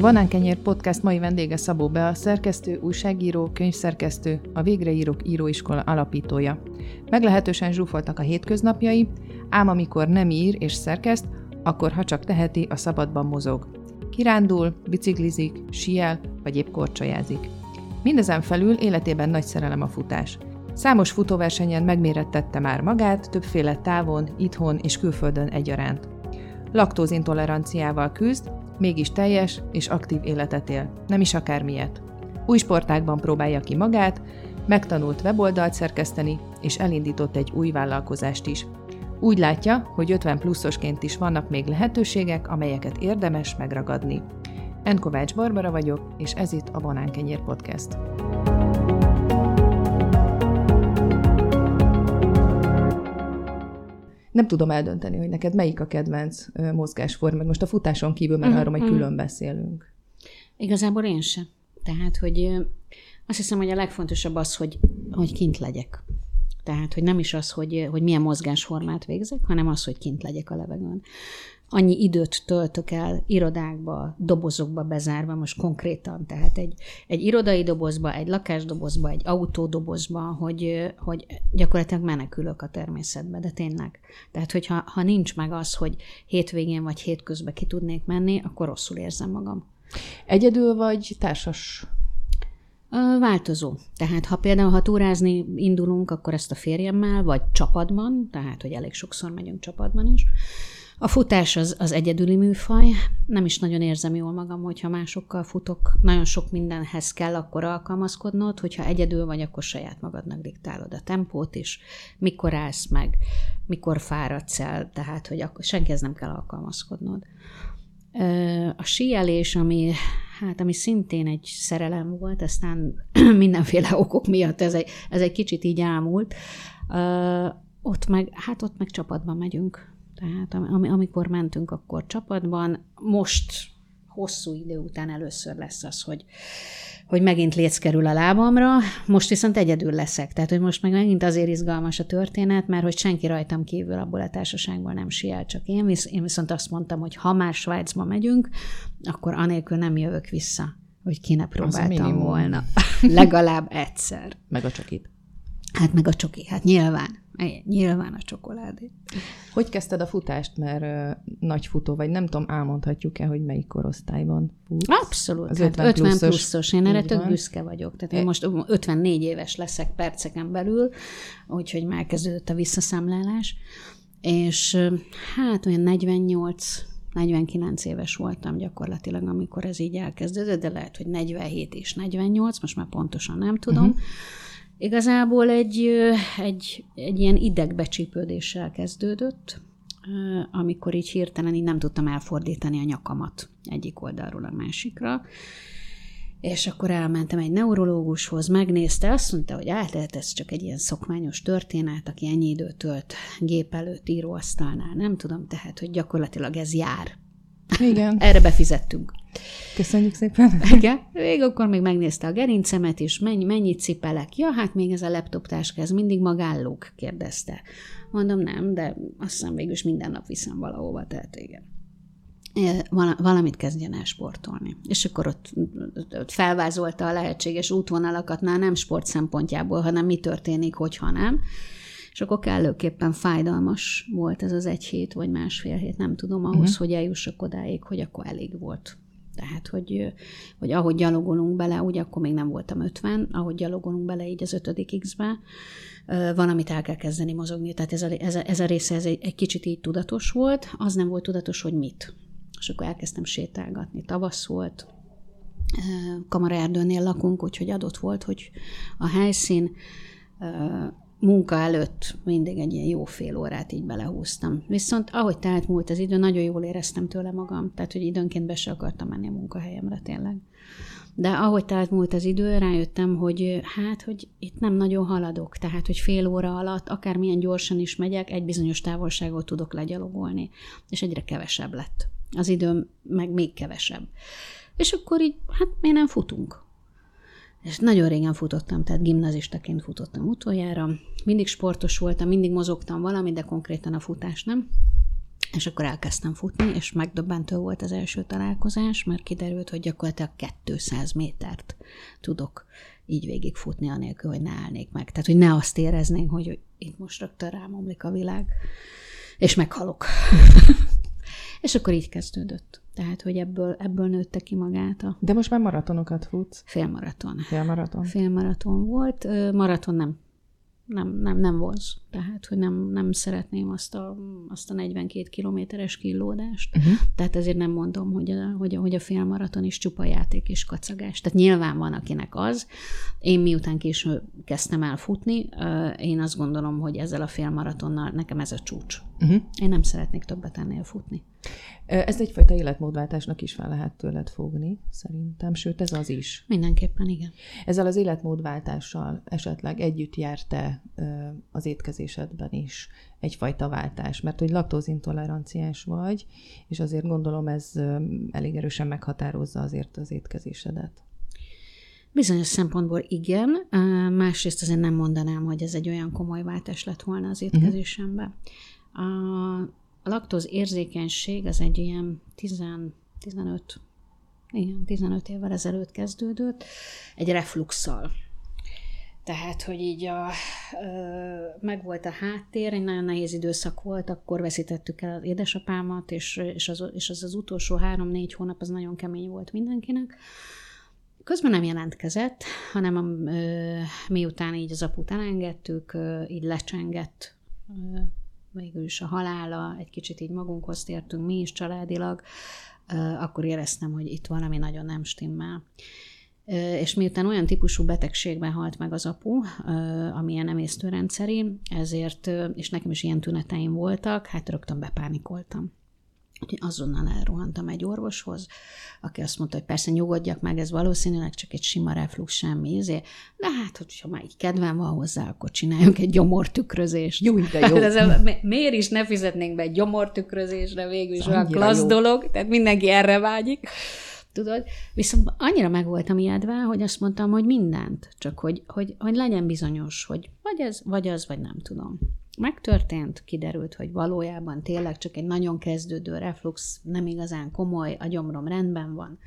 Banánkenyér Podcast mai vendége Szabó Bea, szerkesztő, újságíró, könyvszerkesztő, a Végre Írok íróiskola alapítója. Meglehetősen zsúfoltak a hétköznapjai, ám amikor nem ír és szerkeszt, akkor ha csak teheti, a szabadban mozog. Kirándul, biciklizik, síel, vagy épp korcsolyázik. Mindezen felül életében nagy szerelem a futás. Számos futóversenyen megmérettette már magát, többféle távon, itthon és külföldön egyaránt. Laktózintoleranciával küzd, mégis teljes és aktív életet él, nem is akármilyet. Új sportágban próbálja ki magát, megtanult weboldalt szerkeszteni, és elindított egy új vállalkozást is. Úgy látja, hogy 50 pluszosként is vannak még lehetőségek, amelyeket érdemes megragadni. N. Kovács Barbara vagyok, és ez itt a Banánkenyér Podcast. Nem tudom eldönteni, hogy neked melyik a kedvenc mozgásformád. Most a futáson kívül, mert arról majd külön beszélünk. Igazából én sem. Tehát, hogy azt hiszem, hogy a legfontosabb az, hogy kint legyek. Tehát, hogy nem is az, hogy milyen mozgásformát végzek, hanem az, hogy kint legyek a levegőn. Annyi időt töltök el irodákba, dobozokba bezárva, most konkrétan, tehát egy irodai dobozba, egy lakásdobozba, egy autódobozba, hogy gyakorlatilag menekülök a természetbe, de tényleg. Tehát, hogyha nincs meg az, hogy hétvégén vagy hétközben ki tudnék menni, akkor rosszul érzem magam. Egyedül vagy társas? Változó. Tehát ha túrázni indulunk, akkor ezt a férjemmel, vagy csapatban, tehát hogy elég sokszor megyünk csapatban is. A futás az egyedüli műfaj, nem is nagyon érzem jól magam, hogyha másokkal futok, nagyon sok mindenhez kell akkor alkalmazkodnod, hogyha egyedül vagy, akkor saját magadnak diktálod a tempót is, mikor állsz meg, mikor fáradsz el, tehát hogy akkor senkihez nem kell alkalmazkodnod. A síelés, ami szintén egy szerelem volt, aztán mindenféle okok miatt ez egy kicsit így ámult, ott meg csapatban megyünk. Tehát amikor mentünk, akkor csapatban. Most hosszú idő után először lesz az, hogy megint léc kerül a lábamra, most viszont egyedül leszek. Tehát, hogy most meg megint azért izgalmas a történet, mert hogy senki rajtam kívül abból a társaságból nem siel, csak én. Én viszont azt mondtam, hogy ha már Svájcba megyünk, akkor anélkül nem jövök vissza, hogy ki ne próbáltam volna. Legalább egyszer. Meg a csokit. Meg a csoki, nyilván a csokoládé. Hogy kezdted a futást, mert nagy futó vagy, nem tudom, elmondhatjuk-e, hogy melyik korosztályban futsz? Abszolút, az 50 pluszos. Én erre tök büszke vagyok. Tehát én most 54 éves leszek perceken belül, úgyhogy már kezdődött a visszaszámlálás, és olyan 49 éves voltam gyakorlatilag, amikor ez így elkezdődött, de lehet, hogy 47 és 48, most már pontosan nem tudom. Igazából egy ilyen idegbecsípődéssel kezdődött, amikor így hirtelen így nem tudtam elfordítani a nyakamat egyik oldalról a másikra, és akkor elmentem egy neurológushoz, megnézte, azt mondta, hogy ez csak egy ilyen szokványos történet, aki ennyi időt tölt gép előtt, íróasztalnál, nem tudom, tehát, hogy gyakorlatilag ez jár. Igen. Erre befizettünk. Köszönjük szépen. Igen. Még akkor még megnézte a gerincemet is, mennyit cipelek. Ja, még ez a laptop táska, ez mindig magállók, kérdezte. Mondom, nem, de azt hiszem végül is minden nap viszem valahova, tehát igen. Valamit kezdjen el sportolni. És akkor ott felvázolta a lehetséges útvonalakat, nem sport szempontjából, hanem mi történik, hogyha nem. És akkor kellőképpen fájdalmas volt ez az 1 hét, vagy 1,5 hét, nem tudom, ahhoz, hogy eljussak odáig, hogy akkor elég volt. Tehát, hogy ahogy gyalogolunk bele, ugye akkor még nem voltam 50, ahogy gyalogolunk bele így az 5. X-be, valamit el kell kezdeni mozogni. Tehát ez a része egy kicsit így tudatos volt, az nem volt tudatos, hogy mit. És akkor elkezdtem sétálgatni. Tavasz volt, Kamaraerdőnél lakunk, úgyhogy adott volt, hogy a helyszín munka előtt mindig egy ilyen jó fél órát így belehúztam. Viszont ahogy telt múlt az idő, nagyon jól éreztem tőle magam, tehát hogy időnként be se akartam menni a munkahelyemre tényleg. De ahogy telt múlt az idő, rájöttem, hogy hogy itt nem nagyon haladok, tehát hogy fél óra alatt, akármilyen gyorsan is megyek, egy bizonyos távolságot tudok legyalogolni, és egyre kevesebb lett. Az időm meg még kevesebb. És akkor így, miért nem futunk? És nagyon régen futottam, tehát gimnazistaként futottam utoljára. Mindig sportos voltam, mindig mozogtam valamit, de konkrétan a futás nem. És akkor elkezdtem futni, és megdöbbentő volt az első találkozás, mert kiderült, hogy gyakorlatilag 200 métert tudok így végigfutni, anélkül, hogy ne állnék meg. Tehát, hogy ne azt éreznénk, hogy itt most rögtön rám omlik a világ, és meghalok. És akkor így kezdődött. Tehát, hogy ebből nőtte ki magát a... De most már maratonokat futsz? Félmaraton. Félmaraton? Félmaraton volt. Maraton nem vonz. Tehát, hogy nem szeretném azt a 42 kilométeres killódást. Tehát ezért nem mondom, hogy a félmaraton is csupa játék és kacagás. Tehát nyilván van, akinek az. Én miután később kezdtem el futni, én azt gondolom, hogy ezzel a félmaratonnal nekem ez a csúcs. Én nem szeretnék többet ennél futni. Ez egyfajta életmódváltásnak is fel lehet tőled fogni, szerintem, sőt, ez az is. Mindenképpen, igen. Ezzel az életmódváltással esetleg együtt járt-e az étkezésedben is egyfajta váltás? Mert hogy laktózintoleranciás vagy, és azért gondolom ez elég erősen meghatározza azért az étkezésedet. Bizonyos szempontból igen, másrészt azért nem mondanám, hogy ez egy olyan komoly váltás lett volna az étkezésemben. A laktóz érzékenység az egy ilyen 15 évvel ezelőtt kezdődött, egy refluxszal. Tehát, hogy így megvolt a háttér, egy nagyon nehéz időszak volt, akkor veszítettük el az édesapámat, és az utolsó 3-4 hónap az nagyon kemény volt mindenkinek. Közben nem jelentkezett, hanem miután így az aput elengedtük, így lecsengett végül is a halála, egy kicsit így magunkhoz tértünk mi is családilag, akkor éreztem, hogy itt valami nagyon nem stimmel. És miután olyan típusú betegségben halt meg az apu, amilyen emésztőrendszeri, ezért, és nekem is ilyen tüneteim voltak, hát rögtön bepánikoltam. Úgyhogy azonnal elrohantam egy orvoshoz, aki azt mondta, hogy persze nyugodjak meg, ez valószínűleg csak egy sima reflux, semmi izé. De hát, hogyha már így kedvem van hozzá, akkor csináljunk egy gyomortükrözést. Jó, de jó. Miért is ne fizetnénk be egy gyomortükrözésre, végül is olyan klassz dolog, tehát mindenki erre vágyik. Tudod? Viszont annyira meg voltam ijedve, hogy azt mondtam, hogy mindent, csak hogy legyen bizonyos, hogy vagy az, vagy nem tudom. Megtörtént, kiderült, hogy valójában tényleg csak egy nagyon kezdődő reflux, nem igazán komoly, a gyomrom rendben van.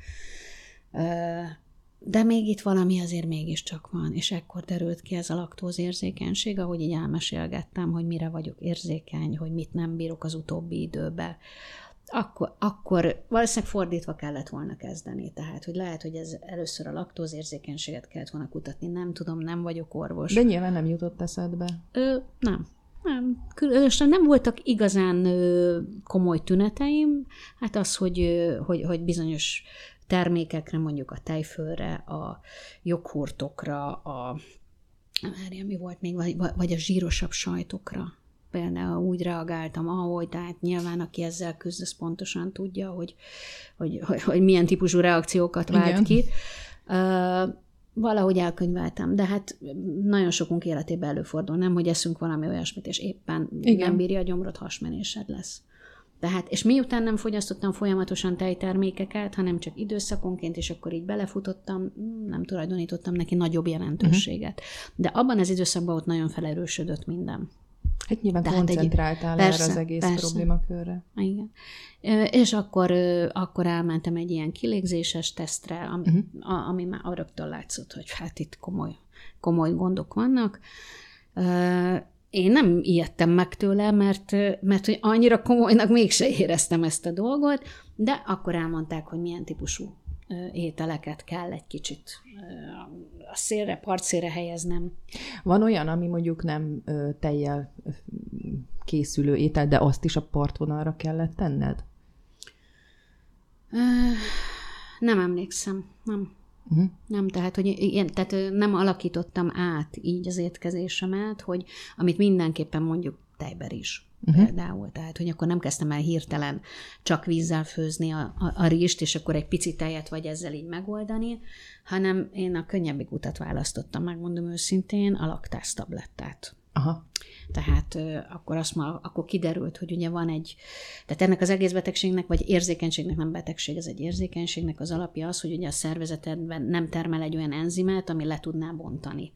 De még itt valami azért mégiscsak van, és ekkor derült ki ez a laktózérzékenység, ahogy így elmesélgettem, hogy mire vagyok érzékeny, hogy mit nem bírok az utóbbi időben. Akkor valószínűleg fordítva kellett volna kezdeni. Tehát, hogy lehet, hogy ez először a laktózérzékenységet kellett volna kutatni. Nem tudom, nem vagyok orvos. De nyilván nem jutott eszedbe. Nem. Különösen nem voltak igazán komoly tüneteim. Hát az, hogy bizonyos termékekre, mondjuk a tejfölre, a joghurtokra, mi volt még, vagy a zsírosabb sajtokra. Például úgy reagáltam, ahogy, tehát nyilván aki ezzel küzd, az pontosan tudja, hogy milyen típusú reakciókat vált ki. Valahogy elkönyveltem, de hát nagyon sokunk életében előfordul, nem, hogy eszünk valami olyasmit, és éppen nem bírja a gyomrod, hasmenésed lesz. Tehát, és miután nem fogyasztottam folyamatosan tejtermékeket, hanem csak időszakonként, és akkor így belefutottam, nem tulajdonítottam neki nagyobb jelentőséget. De abban az időszakban ott nagyon felerősödött minden. Hát nyilván koncentráltál erre az egész problémakörre. Igen. És akkor elmentem egy ilyen kilégzéses tesztre, ami már rögtön látszott, hogy hát itt komoly gondok vannak. Én nem ijedtem meg tőle, mert hogy annyira komolynak mégse éreztem ezt a dolgot, de akkor elmondták, hogy milyen típusú ételeket kell egy kicsit a partszélre helyeznem. Van olyan, ami mondjuk nem tejjel készülő étel, de azt is a partvonalra kellett tenned? Nem emlékszem, nem. Nem, tehát, tehát nem alakítottam át így az étkezésemet, hogy amit mindenképpen mondjuk tejberizs például. Tehát, hogy akkor nem kezdtem el hirtelen csak vízzel főzni a rizst, és akkor egy pici tejet vagy ezzel így megoldani, hanem én a könnyebbik utat választottam, megmondom őszintén, a laktáz tablettát. Aha. Tehát akkor kiderült, hogy ugye van tehát ennek az egész betegségnek, vagy érzékenységnek, nem betegség, ez egy érzékenységnek az alapja az, hogy ugye a szervezetedben nem termel egy olyan enzimet, ami le tudná bontani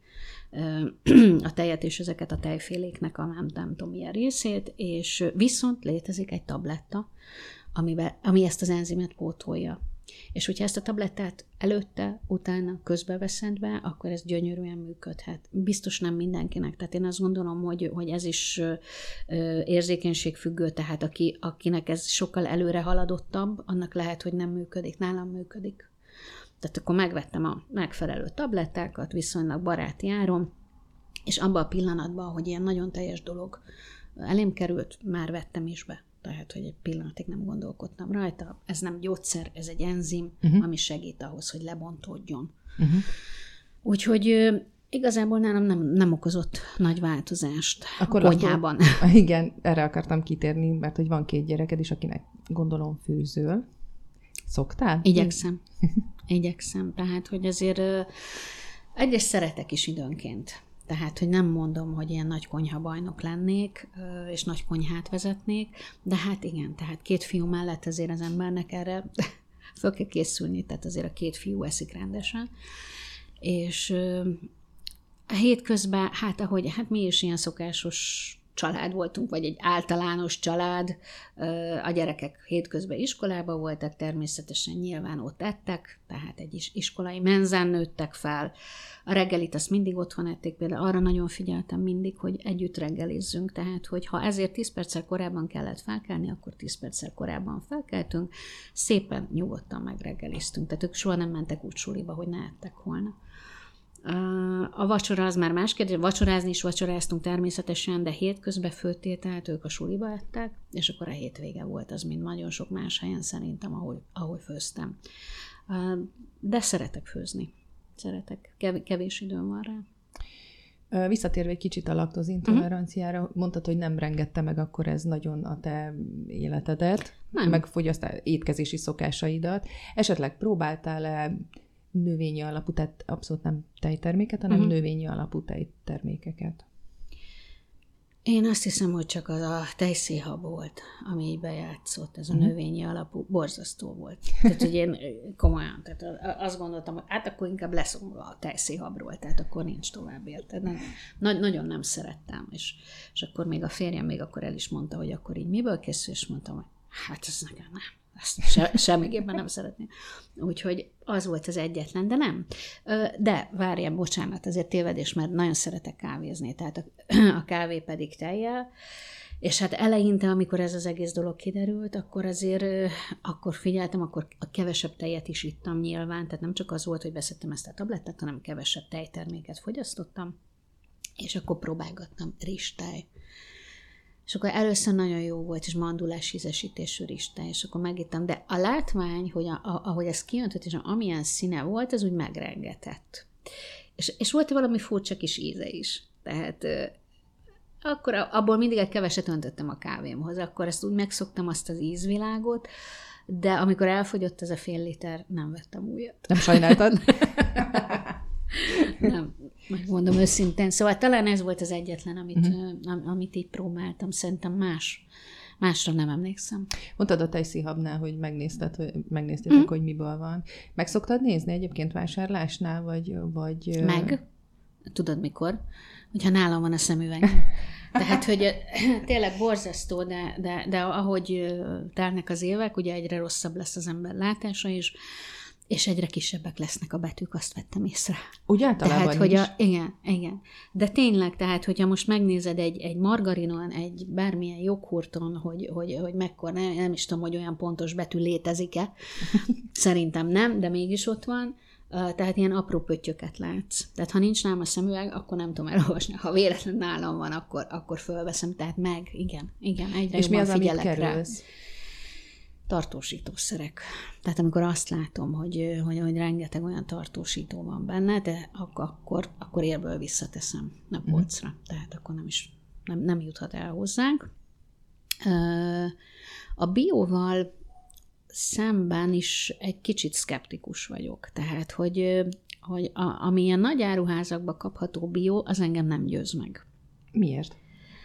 a tejet és ezeket a tejféléknek a nem tudom milyen részét, és viszont létezik egy tabletta, ami ezt az enzimet pótolja. És hogyha ezt a tablettát előtte, utána közbeveszed be, akkor ez gyönyörűen működhet. Biztos nem mindenkinek. Tehát én azt gondolom, hogy ez is érzékenységfüggő, tehát akinek ez sokkal előre haladottabb, annak lehet, hogy nem működik. Nálam működik. Tehát akkor megvettem a megfelelő tablettákat, viszonylag baráti áron, és abban a pillanatban, hogy ilyen nagyon teljes dolog elém került, már vettem is be. Tehát, hogy egy pillanatig nem gondolkodtam rajta. Ez nem gyógyszer, ez egy enzim, ami segít ahhoz, hogy lebontódjon. Úgyhogy igazából nálam nem okozott nagy változást akkor a konyhában. Igen, erre akartam kitérni, mert hogy van 2 gyereked is, akinek gondolom főzöl. Szoktál? Igyekszem. Tehát, hogy azért egyrészt szeretek is időnként. Tehát, hogy nem mondom, hogy ilyen nagy konyhabajnok lennék, és nagy konyhát vezetnék, de hát igen, tehát 2 fiú mellett azért az embernek erre fel kell készülni, tehát azért a 2 fiú eszik rendesen. És a hétközben, hát mi is ilyen szokásos család voltunk, vagy egy általános család, a gyerekek hétközben iskolában voltak, természetesen nyilván ott ettek, tehát egy iskolai menzán nőttek fel. A reggelit azt mindig otthon ették, például arra nagyon figyeltem mindig, hogy együtt reggelizzünk, tehát hogy ha ezért 10 perccel korábban kellett felkelni, akkor 10 perccel korábban felkeltünk, szépen nyugodtan megreggeliztünk, tehát ők soha nem mentek úgy suliba, hogy ne ettek volna. A vacsora az már más kérdés, vacsorázni is vacsoráztunk természetesen, de hétközben főtételt ők a suliba ettek, és akkor a hétvége volt az, mint nagyon sok más helyen szerintem, ahol főztem. De szeretek főzni. Kevés időm van rá. Visszatérve egy kicsit a laktózintoleranciára, mondtad, hogy nem rengette meg akkor ez nagyon a te életedet, meg étkezési szokásaidat. Esetleg próbáltál-e növényi alapú, tehát abszolút nem tejterméket, hanem növényi alapú tejtermékeket? Én azt hiszem, hogy csak az a tejszínhab volt, ami így bejátszott, ez a növényi alapú, borzasztó volt. Tehát, hogy én komolyan, tehát azt gondoltam, hogy hát akkor inkább leszomra a tejszínhabról, tehát akkor nincs tovább érted. Nagyon nem szerettem, és akkor még a férjem még akkor el is mondta, hogy akkor így miből készül, és mondtam, hogy hát ez nekem nem. Ezt semmiképpen nem szeretném. Úgyhogy az volt az egyetlen, de nem. De várjál, bocsánat, azért tévedés, mert nagyon szeretek kávézni, tehát a kávé pedig tejjel, és hát eleinte, amikor ez az egész dolog kiderült, akkor azért, akkor figyeltem, akkor a kevesebb tejet is ittam nyilván, tehát nem csak az volt, hogy veszettem ezt a tablettát, hanem kevesebb tejterméket fogyasztottam, és akkor próbálgattam rizstej. És akkor először nagyon jó volt, és mandulás ízesítésű rizstej, és akkor megittem. De a látvány, hogy ahogy ez kijöntött, és amilyen színe volt, az úgy megrengetett. És volt valami furcsa kis íze is. Tehát akkor abból mindig egy keveset öntöttem a kávémhoz, akkor ezt úgy megszoktam azt az ízvilágot, de amikor elfogyott ez a fél liter, nem vettem újat. Nem sajnáltad? Nem, megmondom őszintén. Szóval talán ez volt az egyetlen, amit így próbáltam. Szerintem másra nem emlékszem. Mondtad a tejszínhabnál, hogy megnéztétek, hogy miből van. Meg szoktad nézni egyébként vásárlásnál, vagy... Meg. Tudod mikor? Hogyha nálam van a szemüveg. Tehát, hogy tényleg borzasztó, de ahogy telnek az évek, ugye egyre rosszabb lesz az ember látása is, és egyre kisebbek lesznek a betűk, azt vettem észre. Úgy általában tehát, is. Igen. De tényleg, tehát, hogyha most megnézed egy margarinon, egy bármilyen joghurton, hogy mekkora, nem is tudom, hogy olyan pontos betű létezik-e. Szerintem nem, de mégis ott van. Tehát ilyen apró pöttyöket látsz. Tehát ha nincs nálam a szemüveg, akkor nem tudom elolvasni. Ha véletlen nálam van, akkor fölveszem. Tehát igen, egyre és jobban figyelek rá. És mi az, amit kerülsz? Tartósítószerek. Tehát amikor azt látom, hogy rengeteg olyan tartósító van benne, de akkor érből visszateszem a polcra. Tehát akkor nem juthat el hozzánk. A bióval szemben is egy kicsit szkeptikus vagyok. Tehát, hogy ami ilyen nagy áruházakban kapható bió, az engem nem győz meg. Miért?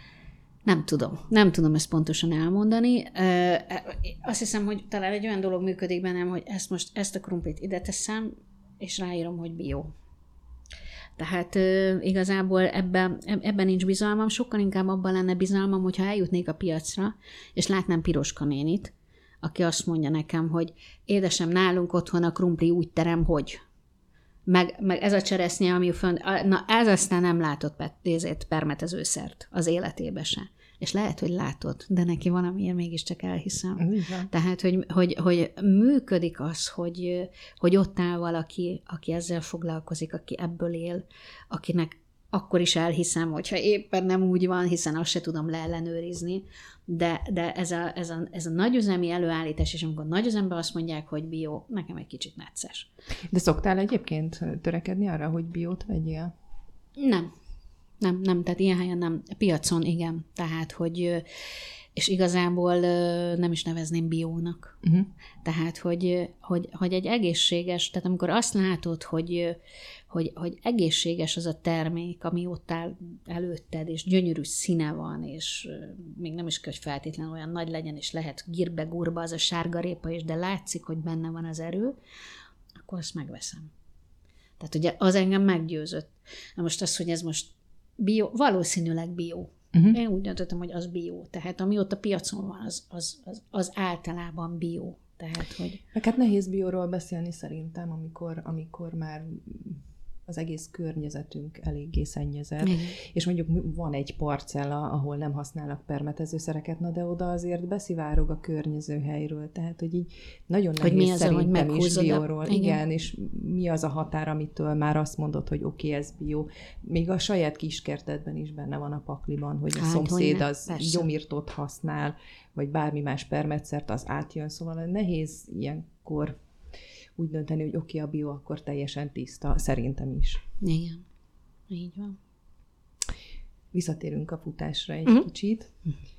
Nem tudom ezt pontosan elmondani. Azt hiszem, hogy talán egy olyan dolog működik bennem, hogy ezt a krumplit ide teszem, és ráírom, hogy bio. Tehát igazából ebben nincs bizalmam, sokkal inkább abban lenne bizalmam, hogyha eljutnék a piacra, és látnám Piroska nénit, aki azt mondja nekem, hogy édesem, nálunk otthon a krumpli úgy terem, hogy... Meg ez a cseresznye, ami fönn... Na, ez aztán nem látott permetezőszert az életébe se. És lehet, hogy látod, de neki valamiért mégiscsak elhiszem. Igen. Tehát, hogy működik az, hogy ott áll valaki, aki ezzel foglalkozik, aki ebből él, akinek akkor is elhiszem, hogyha éppen nem úgy van, hiszen azt se tudom leellenőrizni, de ez a nagyüzemi előállítás, és amikor nagyüzemben azt mondják, hogy bio, nekem egy kicsit necces. De szoktál egyébként törekedni arra, hogy biót vegyél? Nem, tehát ilyen helyen nem. Piacon igen, tehát, hogy és igazából nem is nevezném biónak. Uh-huh. Tehát, hogy egy egészséges, tehát amikor azt látod, hogy egészséges az a termék, ami ott áll előtted, és gyönyörű színe van, és még nem is kell, hogy feltétlenül olyan nagy legyen, és lehet gírbe-gurba az a sárgarépa is, de látszik, hogy benne van az erő, akkor azt megveszem. Tehát ugye az engem meggyőzött. Na most az, hogy ez most bio, valószínűleg bio. Uh-huh. Én úgy döntöttem, hogy az bio. Tehát ami ott a piacon van, az általában bio. Tehát, hogy... Meg hát nehéz bióról beszélni szerintem, amikor már az egész környezetünk eléggé szennyezett, és mondjuk van egy parcella, ahol nem használnak permetezőszereket, na de oda azért beszivárog a környező helyről, tehát hogy így nagyon nehéz mi az, szerintem is bióról. Igen, és mi az a határ, amitől már azt mondod, hogy oké, ez bió. Még a saját kiskertedben is benne van a pakliban, hogy a szomszéd az gyomirtot használ, vagy bármi más permetszert, az átjön, szóval nehéz ilyenkor úgy dönteni, hogy oké, a bio akkor teljesen tiszta, szerintem is. Igen, így van. Visszatérünk a futásra egy kicsit.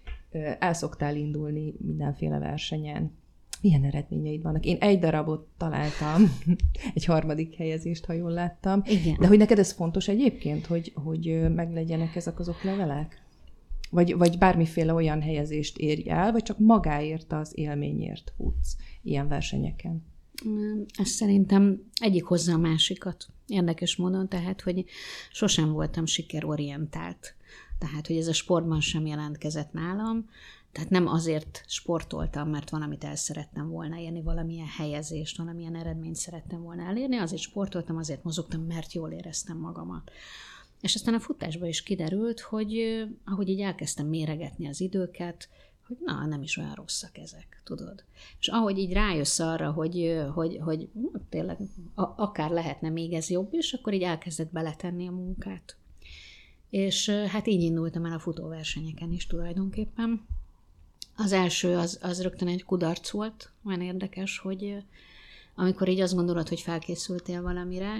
El szoktál indulni mindenféle versenyen. Milyen eredményeid vannak? Én egy darabot találtam, egy 3. helyezést, ha jól láttam. Igen. De hogy neked ez fontos egyébként, hogy meglegyenek ezek az oklevelek? Vagy bármiféle olyan helyezést érj el, vagy csak magáért az élményért futsz ilyen versenyeken? Ez szerintem egyik hozza a másikat. Érdekes módon, tehát, hogy sosem voltam sikerorientált. Tehát, hogy ez a sportban sem jelentkezett nálam. Tehát nem azért sportoltam, mert valamit el szerettem volna érni, valamilyen helyezést, valamilyen eredményt szerettem volna elérni. Azért sportoltam, azért mozogtam, mert jól éreztem magamat. És aztán a futásban is kiderült, hogy ahogy így elkezdtem méregetni az időket, hogy nem is olyan rosszak ezek, tudod. És ahogy így rájössz arra, hogy tényleg akár lehetne még ez jobb is, akkor így elkezdett beletenni a munkát. És hát így indultam el a futóversenyeken is tulajdonképpen. Az első az rögtön egy kudarc volt, olyan érdekes, hogy amikor így azt gondolod, hogy felkészültél valamire,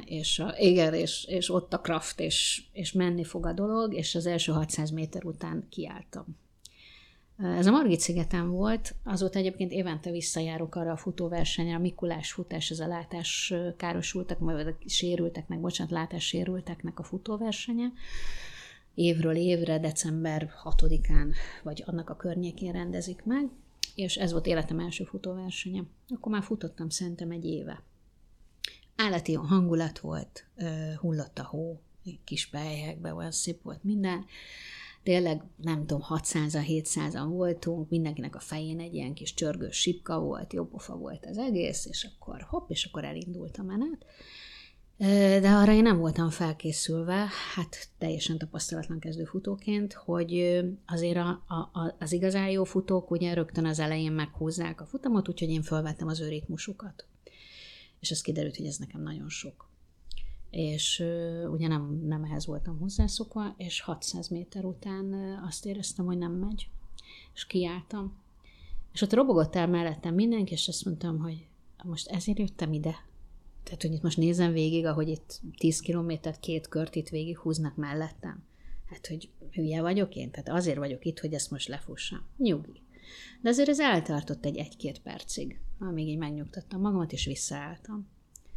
és ott a kraft, és menni fog a dolog, és az első 600 méter után kiálltam. Ez a Margit-szigeten volt, azóta egyébként évente visszajárok arra a futóversenyre, a Mikulás futás, ez a látássérülteknek a futóversenye. Évről évre, december 6-án, vagy annak a környékén rendezik meg, és ez volt életem első futóversenye. Akkor már futottam szerintem egy éve. Állati hangulat volt, hullott a hó, kis pelyhekbe, olyan szép volt minden. Tényleg, nem tudom, 600-an, 700-an voltunk, mindenkinek a fején egy ilyen kis csörgős sipka volt, jó pofa volt az egész, és akkor és akkor elindult a menet. De arra én nem voltam felkészülve, hát teljesen tapasztalatlan kezdőfutóként, hogy azért az igazán jó futók ugye rögtön az elején meghúzzák a futamot, úgyhogy én felvettem az ő ritmusukat. És ez kiderült, hogy ez nekem nagyon sok. És ugye nem ehhez voltam hozzászokva, és 600 méter után azt éreztem, hogy nem megy, és kiálltam. És ott robogott el mellettem mindenki, és azt mondtam, hogy most ezért jöttem ide. Tehát, hogy itt most nézem végig, ahogy itt 10 kilométert, 2 kört itt végig húznak mellettem. Hát, hogy hülye vagyok én? Tehát azért vagyok itt, hogy ezt most lefussam. Nyugi. De azért ez eltartott egy 1-2 percig, amíg így megnyugtattam magamat, és visszaálltam.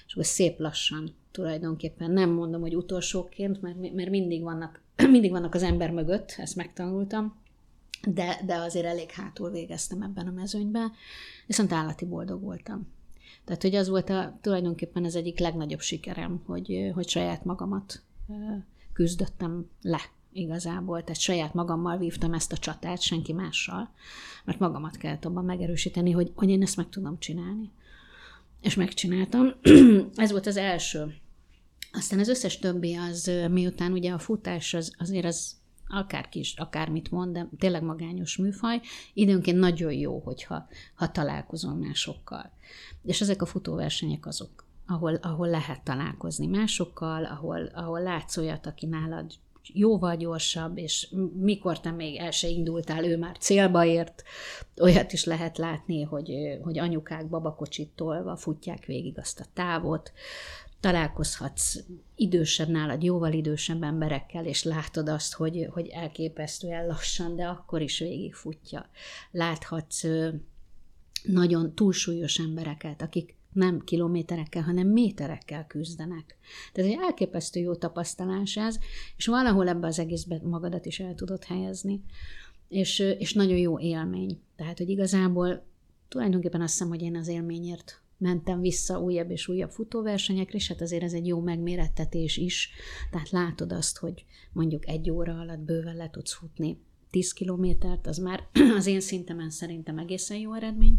és akkor szép lassan tulajdonképpen, nem mondom, hogy utolsóként, mert mindig vannak az ember mögött, ezt megtanultam, de azért elég hátul végeztem ebben a mezőnyben, viszont állati boldog voltam. Tehát, hogy az volt tulajdonképpen az egyik legnagyobb sikerem, hogy saját magamat küzdöttem le igazából. Tehát saját magammal vívtam ezt a csatát, senki mással, mert magamat kellett abban megerősíteni, hogy én ezt meg tudom csinálni. És megcsináltam. Ez volt az első. Aztán az összes többi az, miután ugye a futás azért az akárki is, akármit mond, de tényleg magányos műfaj, időnként nagyon jó, hogyha találkozol másokkal. És ezek a futóversenyek azok, ahol lehet találkozni másokkal, ahol látsz olyat, aki nálad jóval gyorsabb, és mikor te még el se indultál, ő már célba ért. Olyat is lehet látni, hogy anyukák babakocsit tolva futják végig azt a távot. Találkozhatsz idősebb nálad, jóval idősebb emberekkel, és látod azt, hogy elképesztően lassan, de akkor is végigfutja. Láthatsz nagyon túlsúlyos embereket, akik nem kilométerekkel, hanem méterekkel küzdenek. Tehát egy elképesztő jó tapasztalás ez, és valahol ebbe az egészben magadat is el tudod helyezni, és nagyon jó élmény. Tehát, hogy igazából tulajdonképpen azt hiszem, hogy én az élményért mentem vissza újabb és újabb futóversenyekre, és hát azért ez egy jó megmérettetés is. Tehát látod azt, hogy mondjuk 1 óra alatt bőven le tudsz futni 10 kilométert, az már az én szintemen szerintem egészen jó eredmény.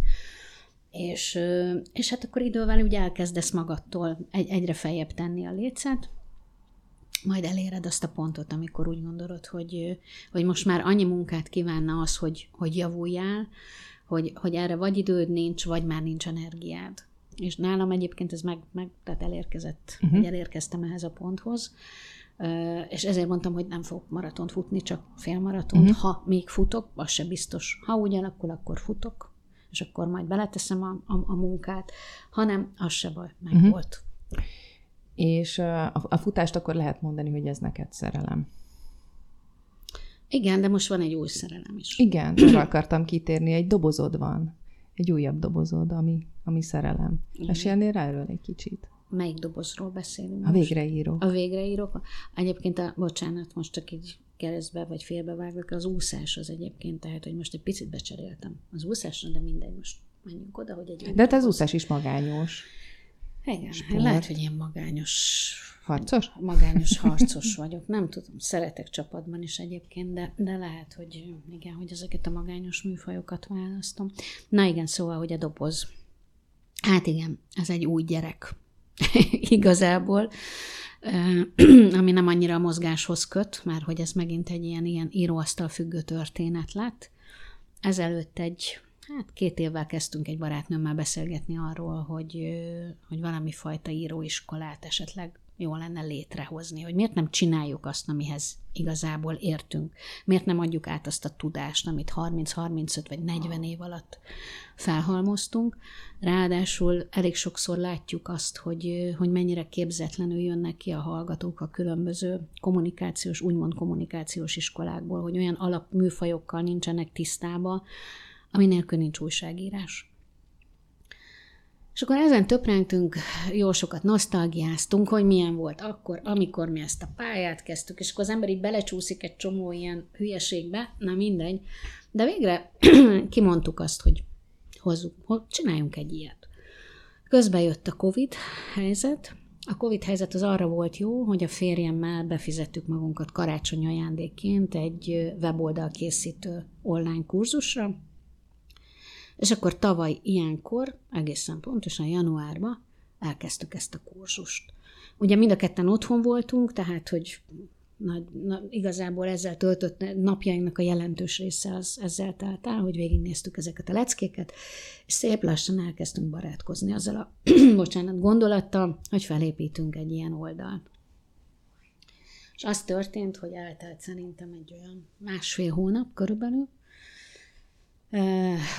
És hát akkor idővel úgy elkezdesz magadtól egyre feljebb tenni a lécet, majd eléred azt a pontot, amikor úgy gondolod, hogy most már annyi munkát kívánna az, hogy javuljál, hogy erre vagy időd nincs, vagy már nincs energiád. És nálam egyébként ez tehát elérkezett, hogy elérkeztem ehhez a ponthoz, és ezért mondtam, hogy nem fogok maratont futni, csak félmaratont. Ha még futok, az se biztos. Ha úgy alakul, akkor futok, és akkor majd beleteszem a munkát, hanem az se baj, meg volt. És a futást akkor lehet mondani, hogy ez neked szerelem. Igen, de most van egy új szerelem is. Igen, arra akartam kitérni, egy dobozod van. Egy újabb dobozod, ami szerelem. Mesélnél rá erről egy kicsit? Melyik dobozról beszélünk? A végreírók. A végreírók. Egyébként, bocsánat, most csak így keresztbe vagy félbevágok, az úszás az egyébként, tehát, hogy most egy picit becseréltem az úszásra, de mindegy, most menjünk oda, hogy egy... De hát az úszás is magányos. Igen, lehet, hogy ilyen magányos... Harcos? Magányos harcos vagyok. Nem tudom, szeretek csapatban is egyébként, de lehet, hogy igen, hogy ezeket a magányos műfajokat választom. Na igen, szóval, hogy a doboz. Hát igen, ez egy új gyerek. Igazából, ami nem annyira a mozgáshoz köt, mert hogy ez megint egy ilyen íróasztal függő történet lett. Ezelőtt 2 évvel kezdtünk egy barátnőmmel beszélgetni arról, hogy valami fajta íróiskolát esetleg jó lenne létrehozni, hogy miért nem csináljuk azt, amihez igazából értünk. Miért nem adjuk át azt a tudást, amit 30-35 vagy 40 év alatt felhalmoztunk. Ráadásul elég sokszor látjuk azt, hogy mennyire képzetlenül jönnek ki a hallgatók a különböző úgymond kommunikációs iskolákból, hogy olyan alapműfajokkal nincsenek tisztába, ami nélkül nincs újságírás. És akkor ezen töprengtünk, jó sokat nosztalgiáztunk, hogy milyen volt akkor, amikor mi ezt a pályát kezdtük, és akkor az ember így belecsúszik egy csomó ilyen hülyeségbe, na mindegy, de végre kimondtuk azt, hogy csináljunk egy ilyet. Közben jött a Covid helyzet. A Covid helyzet az arra volt jó, hogy a férjemmel befizettük magunkat karácsony ajándékként egy weboldal készítő online kurzusra, és akkor tavaly ilyenkor, egészen pontosan januárban elkezdtük ezt a kurzust. Ugye mind a ketten otthon voltunk, tehát, hogy igazából ezzel töltött napjainknak a jelentős része az ezzel telt el, hogy végignéztük ezeket a leckéket, és szép lassan elkezdtünk barátkozni azzal a gondolattal, hogy felépítünk egy ilyen oldalt. És az történt, hogy eltelt szerintem egy olyan 1,5 hónap körülbelül,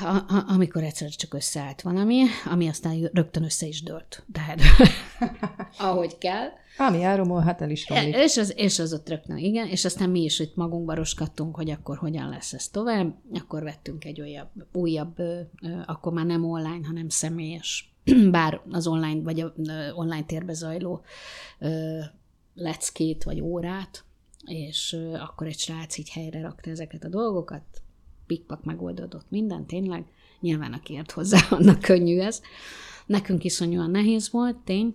amikor egyszer csak összeállt valami, ami aztán rögtön össze is dőlt. Tehát ahogy kell. Ami elromol, hát el is romlik. És az ott rögtön, igen, és aztán mi is itt magunkba roskadtunk, hogy akkor hogyan lesz ez tovább. Akkor vettünk egy újabb, akkor már nem online, hanem személyes, bár az online, vagy a online térbe zajló leckét, vagy órát, és akkor egy srác így helyre rakta ezeket a dolgokat, pikpak megoldódott minden, tényleg. Nyilván aki ért hozzá, annak könnyű ez. Nekünk iszonyúan nehéz volt, tény.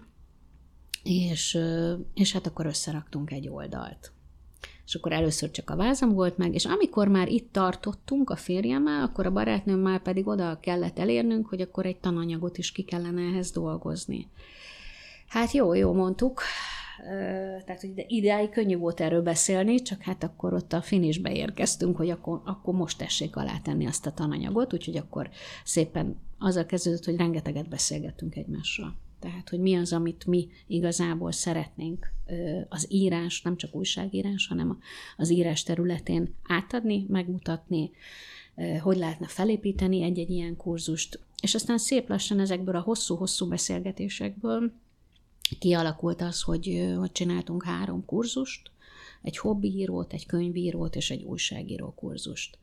És hát akkor összeraktunk egy oldalt. És akkor először csak a vázam volt meg, és amikor már itt tartottunk a férjemmel, akkor a barátnőmmel pedig oda kellett elérnünk, hogy akkor egy tananyagot is ki kellene ehhez dolgozni. Hát jó mondtuk. Tehát hogy idáig könnyű volt erről beszélni, csak hát akkor ott a finishbe érkeztünk, hogy akkor most tessék alátenni azt a tananyagot, úgyhogy akkor szépen azzal kezdődött, hogy rengeteget beszélgettünk egymással. Tehát, hogy mi az, amit mi igazából szeretnénk az írás, nem csak újságírás, hanem az írás területén átadni, megmutatni, hogy lehetne felépíteni egy-egy ilyen kurzust. És aztán szép lassan ezekből a hosszú-hosszú beszélgetésekből kialakult az, hogy csináltunk 3 kurzust, egy hobbiírót, egy könyvírót és egy újságíró kurzust.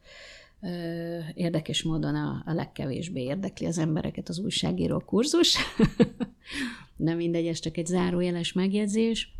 Érdekes módon a legkevésbé érdekli az embereket az újságíró kurzus, de mindegy, ez csak egy zárójeles megjegyzés,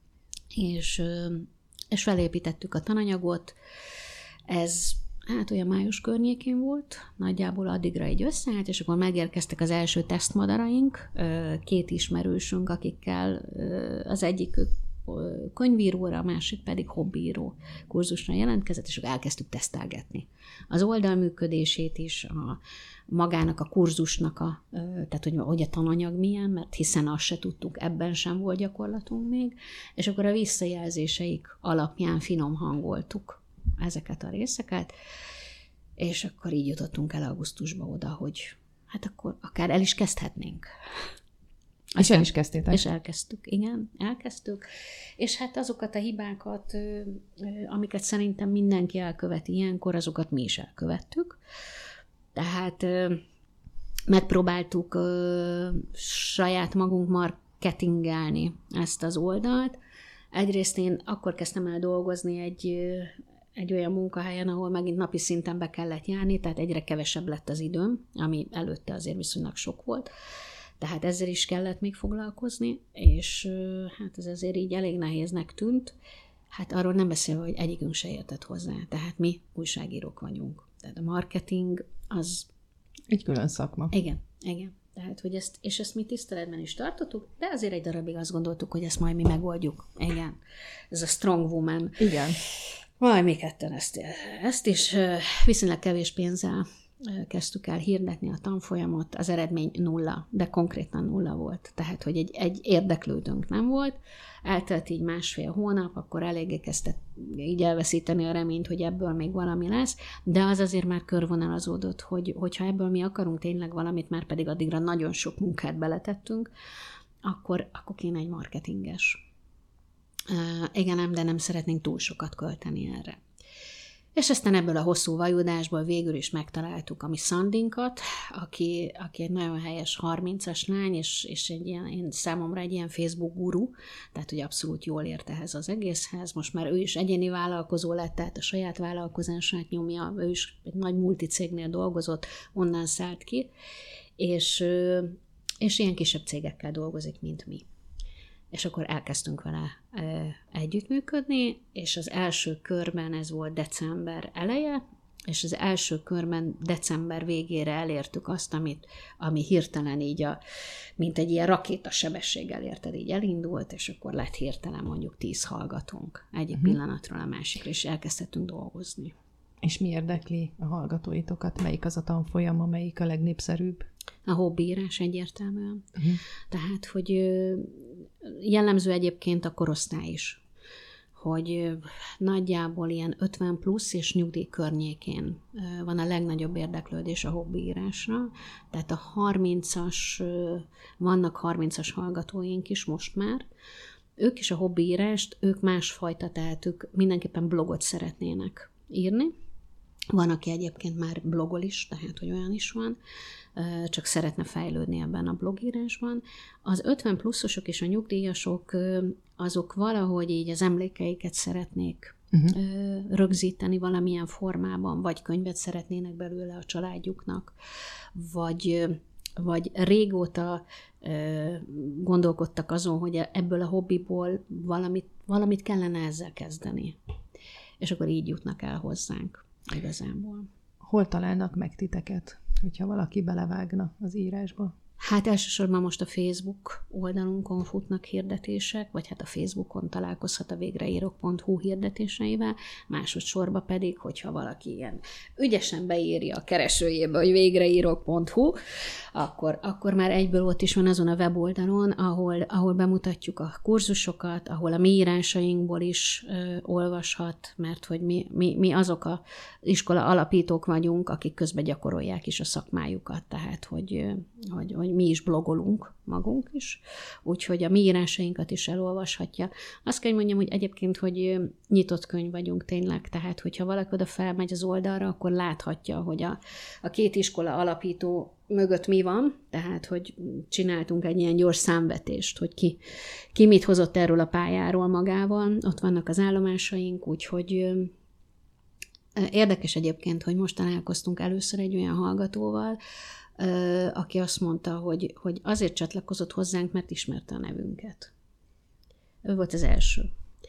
és felépítettük a tananyagot. Ez hát olyan május környékén volt, nagyjából addigra így összeállt, és akkor megérkeztek az első tesztmadaraink, 2 ismerősünk, akikkel az egyik könyvíróra, a másik pedig hobbiíró kurzusra jelentkezett, és elkezdtük tesztelgetni. Az oldal működését is, magának a kurzusnak, tehát hogy a tananyag milyen, mert hiszen azt se tudtuk, ebben sem volt gyakorlatunk még, és akkor a visszajelzéseik alapján finom hangoltuk ezeket a részeket, és akkor így jutottunk el augusztusba oda, hogy hát akkor akár el is kezdhetnénk. És el is kezdtétek? És elkezdtük, igen, elkezdtük. És hát azokat a hibákat, amiket szerintem mindenki elköveti ilyenkor, azokat mi is elkövettük. Tehát megpróbáltuk saját magunk marketingelni ezt az oldalt. Egyrészt én akkor kezdtem el dolgozni egy olyan munkahelyen, ahol megint napi szinten be kellett járni, tehát egyre kevesebb lett az időm, ami előtte azért viszonylag sok volt. Tehát ezzel is kellett még foglalkozni, és hát ez azért így elég nehéznek tűnt. Hát arról nem beszélve, hogy egyikünk se értett hozzá. Tehát mi újságírók vagyunk. Tehát a marketing az... Egy külön szakma. Igen. Tehát, hogy ezt mi tiszteletben is tartottuk, de azért egy darabig azt gondoltuk, hogy ezt majd mi megoldjuk. Igen. Ez a strong woman. Igen. Majd mi ketten ezt is viszonylag kevés pénzzel kezdtük el hirdetni a tanfolyamot, az eredmény 0, de konkrétan 0 volt. Tehát, hogy egy érdeklődőnk nem volt. Eltelt így 1,5 hónap, akkor eléggé kezdett így elveszíteni a reményt, hogy ebből még valami lesz, de az azért már körvonalazódott, hogyha ebből mi akarunk tényleg valamit, már pedig addigra nagyon sok munkát beletettünk, akkor kéne egy marketinges. Igen, de nem szeretnénk túl sokat költeni erre. És aztán ebből a hosszú vajudásból végül is megtaláltuk a mi Szandinkat, aki egy nagyon helyes 30-as lány, és én számomra egy ilyen Facebook guru, tehát hogy abszolút jól ért ehhez az egészhez. Most már ő is egyéni vállalkozó lett, tehát a saját vállalkozását nyomja, ő is egy nagy multicégnél dolgozott, onnan szállt ki, és ilyen kisebb cégekkel dolgozik, mint mi. És akkor elkezdtünk vele együttműködni, és az első körben ez volt december eleje, és az első körben december végére elértük azt, ami hirtelen így mint egy ilyen rakétasebességgel érted, így elindult, és akkor lett hirtelen mondjuk 10 hallgatónk egyik pillanatról a másikra, és elkezdhetünk dolgozni. És mi érdekli a hallgatóitokat? Melyik az a tanfolyam, amelyik a legnépszerűbb? A hobbiírás egyértelműen. Tehát, hogy jellemző egyébként a korosztály is, hogy nagyjából ilyen 50 plusz és nyugdíj környékén van a legnagyobb érdeklődés a hobbiírásra. Tehát a 30-as, vannak 30-as hallgatóink is most már. Ők is a hobbiírást, ők másfajta, tehát ők mindenképpen blogot szeretnének írni, Van, aki egyébként már blogol is, tehát hogy olyan is van, csak szeretne fejlődni ebben a blogírásban. Az 50 pluszosok és a nyugdíjasok, azok valahogy így az emlékeiket szeretnék rögzíteni valamilyen formában, vagy könyvet szeretnének belőle a családjuknak, vagy régóta gondolkodtak azon, hogy ebből a hobbiból valamit kellene ezzel kezdeni. És akkor így jutnak el hozzánk igazából. Hol találnak meg titeket, hogyha valaki belevágna az írásba? Hát elsősorban most a Facebook oldalunkon futnak hirdetések, vagy hát a Facebookon találkozhat a végreírok.hu hirdetéseivel, másodszorban pedig, hogyha valaki ilyen ügyesen beírja a keresőjébe, hogy végreírok.hu, akkor már egyből ott is van azon a weboldalon, ahol bemutatjuk a kurzusokat, ahol a mi írásainkból is olvashat, mert hogy mi azok az iskola alapítók vagyunk, akik közben gyakorolják is a szakmájukat, tehát hogy mi is blogolunk magunk is, úgyhogy a mi írásainkat is elolvashatja. Azt kell, hogy mondjam, hogy egyébként, hogy nyitott könyv vagyunk tényleg, tehát hogyha valaki oda felmegy az oldalra, akkor láthatja, hogy a két iskola alapító mögött mi van, tehát hogy csináltunk egy ilyen gyors számvetést, hogy ki mit hozott erről a pályáról magával, ott vannak az állomásaink, úgyhogy érdekes egyébként, hogy most találkoztunk először egy olyan hallgatóval, aki azt mondta, hogy azért csatlakozott hozzánk, mert ismerte a nevünket. Ő volt az első.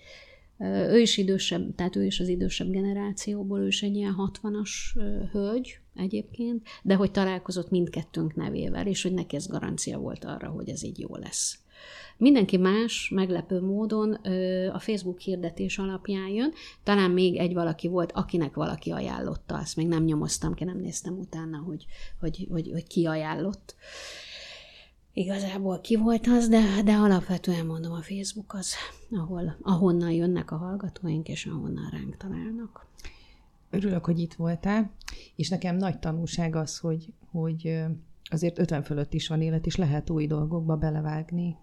Ő is idősebb, tehát ő is az idősebb generációból, ő is egy ilyen 60-as hölgy egyébként, de hogy találkozott mindkettőnk nevével, és hogy neki ez garancia volt arra, hogy ez így jó lesz. Mindenki más, meglepő módon a Facebook hirdetés alapján jön. Talán még egy valaki volt, akinek valaki ajánlotta, azt még nem nyomoztam ki, nem néztem utána, hogy ki ajánlott. Igazából ki volt az, de alapvetően mondom, a Facebook az, ahonnan jönnek a hallgatóink, és ahonnan ránk találnak. Örülök, hogy itt voltál, és nekem nagy tanulság az, hogy azért 50 fölött is van élet, és lehet új dolgokba belevágni.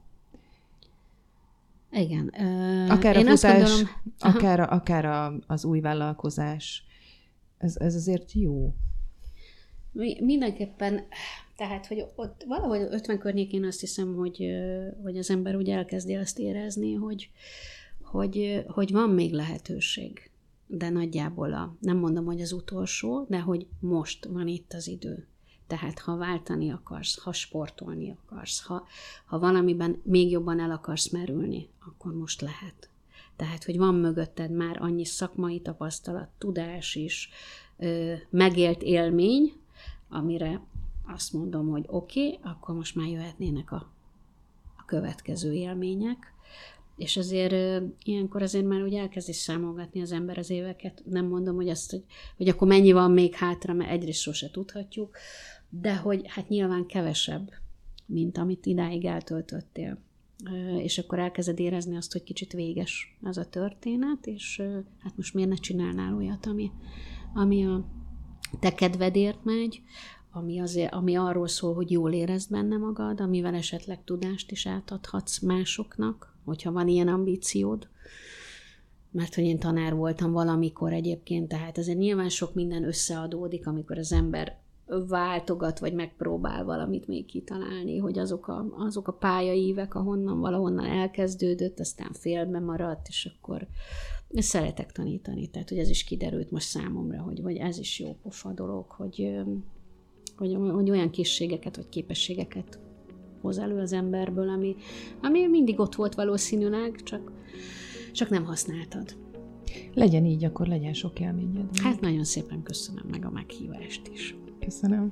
Igen. Akár a futás, akár az új vállalkozás. Ez azért jó. Mindenképpen, tehát, hogy ott valahogy 50 környékén azt hiszem, hogy az ember úgy elkezdi azt érezni, hogy van még lehetőség. De nagyjából nem mondom, hogy az utolsó, de hogy most van itt az idő. Tehát ha váltani akarsz, ha sportolni akarsz, ha valamiben még jobban el akarsz merülni, akkor most lehet. Tehát, hogy van mögötted már annyi szakmai tapasztalat, tudás is, megélt élmény, amire azt mondom, hogy oké, akkor most már jöhetnének a következő élmények. És azért ilyenkor azért már úgy elkezdi számolgatni az ember az éveket. Nem mondom, hogy azt, hogy akkor mennyi van még hátra, mert egyrészt sose tudhatjuk, de hogy hát nyilván kevesebb, mint amit idáig eltöltöttél. És akkor elkezded érezni azt, hogy kicsit véges ez a történet, és hát most miért ne csinálnál olyat, ami a te kedvedért megy, ami arról szól, hogy jól érezd benne magad, amivel esetleg tudást is átadhatsz másoknak, hogyha van ilyen ambíciód. Mert hogy én tanár voltam valamikor egyébként, tehát azért nyilván sok minden összeadódik, amikor az ember váltogat, vagy megpróbál valamit még kitalálni, hogy azok a pályaívek, ahonnan valahonnan elkezdődött, aztán félbe maradt, és akkor szeretek tanítani. Tehát, hogy ez is kiderült most számomra, hogy ez is jó pofa dolog, hogy olyan készségeket, vagy képességeket hoz elő az emberből, ami mindig ott volt valószínűleg, csak nem használtad. Legyen így, akkor legyen sok élményed. Hát nagyon szépen köszönöm meg a meghívást is. Köszönöm.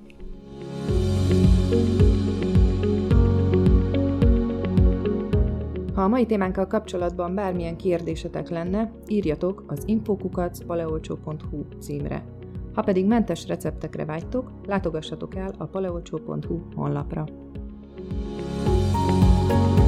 Ha a mai témánkkal kapcsolatban bármilyen kérdésetek lenne, írjatok az info@paleolcsó.hu címre. Ha pedig mentes receptekre vágytok, látogassatok el a paleolcsó.hu honlapra.